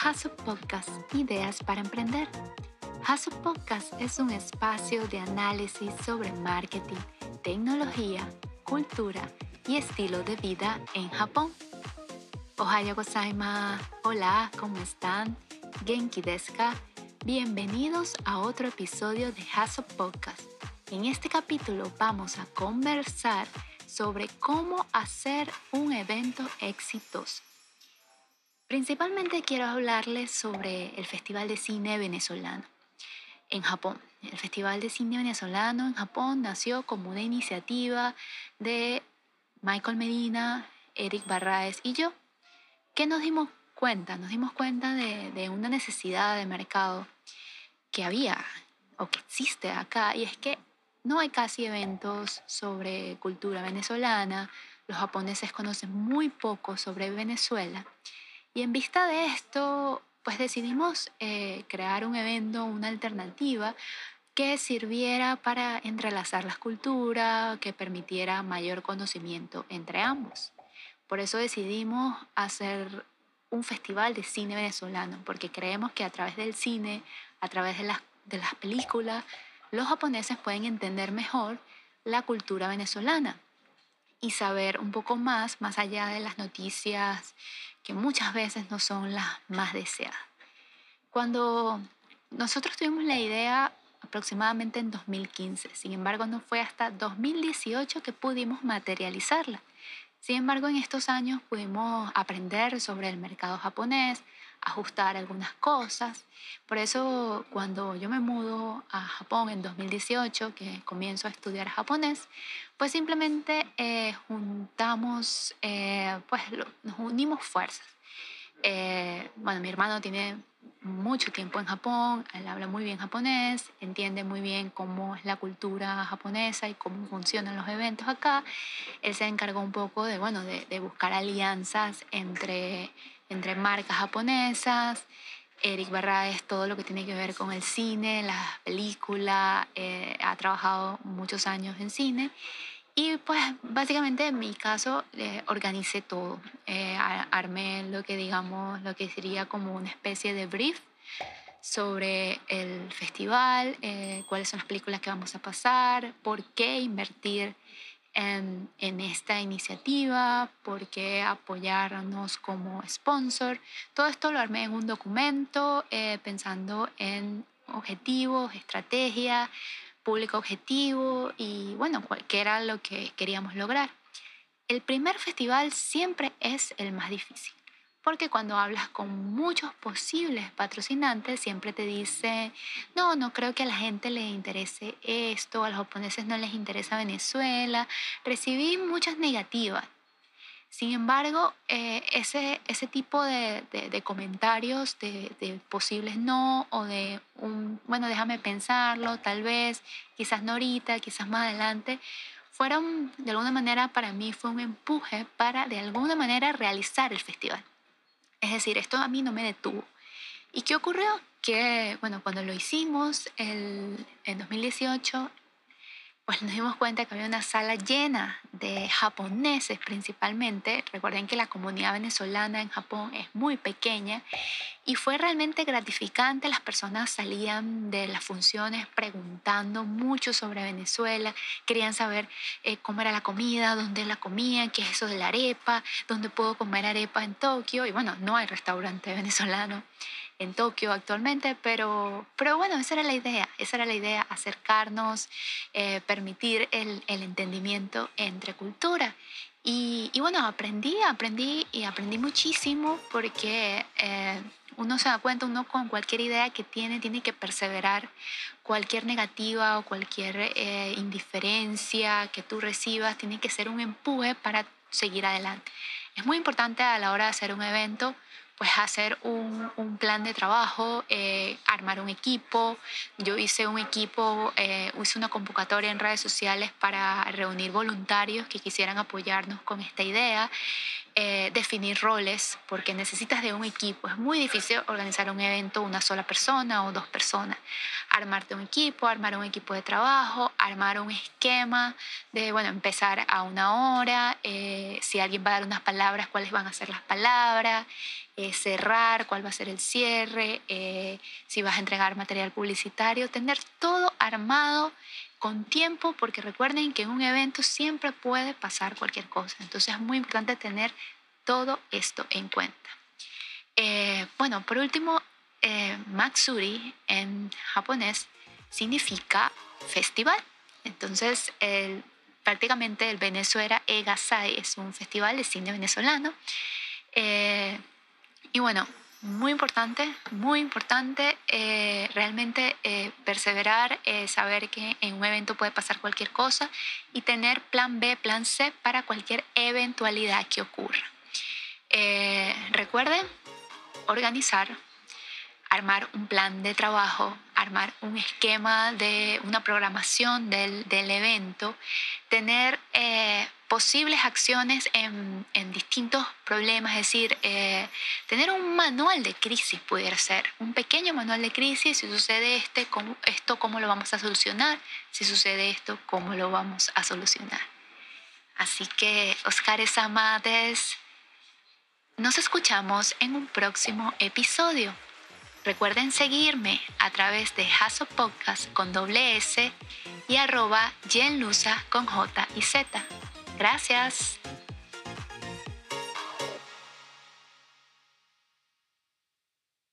Hasso Podcast, Ideas para Emprender. Hasso Podcast es un espacio de análisis sobre marketing, tecnología, cultura y estilo de vida en Japón. Ohayo gozaimasu. Hola, ¿cómo están? Genki desu ka? Bienvenidos a otro episodio de Hasso Podcast. En este capítulo vamos a conversar sobre cómo hacer un evento exitoso. Principalmente quiero hablarles sobre el Festival de Cine Venezolano en Japón. El Festival de Cine Venezolano en Japón nació como una iniciativa de Michael Medina, Eric Barraez y yo. ¿Qué nos dimos cuenta? Nos dimos cuenta de una necesidad de mercado que había o que existe acá, y es que no hay casi eventos sobre cultura venezolana. Los japoneses conocen muy poco sobre Venezuela. Y en vista de esto, pues decidimos crear un evento, una alternativa que sirviera para entrelazar las culturas, que permitiera mayor conocimiento entre ambos. Por eso decidimos hacer un festival de cine venezolano, porque creemos que a través del cine, a través de las películas, los japoneses pueden entender mejor la cultura venezolana y saber un poco más allá de las noticias que muchas veces no son las más deseadas. Cuando nosotros tuvimos la idea aproximadamente en 2015, sin embargo no fue hasta 2018 que pudimos materializarla. Sin embargo, en estos años pudimos aprender sobre el mercado japonés, ajustar algunas cosas. Por eso, cuando yo me mudo a Japón en 2018, que comienzo a estudiar japonés, pues simplemente juntamos, nos unimos fuerzas. Mi hermano tiene mucho tiempo en Japón, él habla muy bien japonés, entiende muy bien cómo es la cultura japonesa y cómo funcionan los eventos acá. Él se encargó un poco de buscar alianzas entre marcas japonesas. Eric Barraez, todo lo que tiene que ver con el cine, las películas, ha trabajado muchos años en cine. Y pues básicamente en mi caso organicé todo. Armé lo que sería como una especie de brief sobre el festival, cuáles son las películas que vamos a pasar, por qué invertir en esta iniciativa, por qué apoyarnos como sponsor. Todo esto lo armé en un documento pensando en objetivos, estrategia, público objetivo y bueno, qué era lo que queríamos lograr. El primer festival siempre es el más difícil, porque cuando hablas con muchos posibles patrocinantes, siempre te dicen, no creo que a la gente le interese esto, a los japoneses no les interesa Venezuela. Recibí muchas negativas. Sin embargo, ese tipo de comentarios, de posibles no, o de bueno, déjame pensarlo, tal vez, quizás no ahorita, quizás más adelante, fueron, de alguna manera, para mí fue un empuje para, de alguna manera, realizar el festival. Es decir, esto a mí no me detuvo. ¿Y qué ocurrió? Que, bueno, cuando lo hicimos en 2018, pues nos dimos cuenta que había una sala llena de japoneses principalmente. Recuerden que la comunidad venezolana en Japón es muy pequeña y fue realmente gratificante. Las personas salían de las funciones preguntando mucho sobre Venezuela, querían saber cómo era la comida, dónde la comían, qué es eso de la arepa, dónde puedo comer arepa en Tokio. Y bueno, no hay restaurante venezolano en Tokio actualmente, pero bueno, esa era la idea, acercarnos, permitir el entendimiento entre culturas. Y bueno, aprendí muchísimo porque uno se da cuenta, uno con cualquier idea que tiene que perseverar. Cualquier negativa o cualquier indiferencia que tú recibas tiene que ser un empuje para seguir adelante. Es muy importante a la hora de hacer un evento, pues hacer un plan de trabajo, armar un equipo. Yo hice un equipo, hice una convocatoria en redes sociales para reunir voluntarios que quisieran apoyarnos con esta idea. definir roles, porque necesitas de un equipo. Es muy difícil organizar un evento una sola persona o dos personas. Armarte un equipo, armar un equipo de trabajo, armar un esquema de, bueno, empezar a una hora, si alguien va a dar unas palabras, cuáles van a ser las palabras, cerrar, cuál va a ser el cierre, si vas a entregar material publicitario, tener todo armado con tiempo, porque recuerden que en un evento siempre puede pasar cualquier cosa. Entonces es muy importante tener todo esto en cuenta. Bueno, por último, Matsuri en japonés significa festival. Entonces, prácticamente el Venezuela Egasai es un festival de cine venezolano. Y bueno, muy importante realmente perseverar, saber que en un evento puede pasar cualquier cosa y tener plan B, plan C para cualquier eventualidad que ocurra. Recuerden organizar, armar un plan de trabajo, armar un esquema de una programación del evento, tener posibles acciones en distintos problemas, es decir, tener un manual de crisis pudiera ser, un pequeño manual de crisis, si sucede esto, ¿cómo lo vamos a solucionar? Si sucede esto, ¿cómo lo vamos a solucionar? Así que, Oscares Amades, nos escuchamos en un próximo episodio. Recuerden seguirme a través de Hasso Podcast con doble S y @Jenlusa con J y Z. Gracias.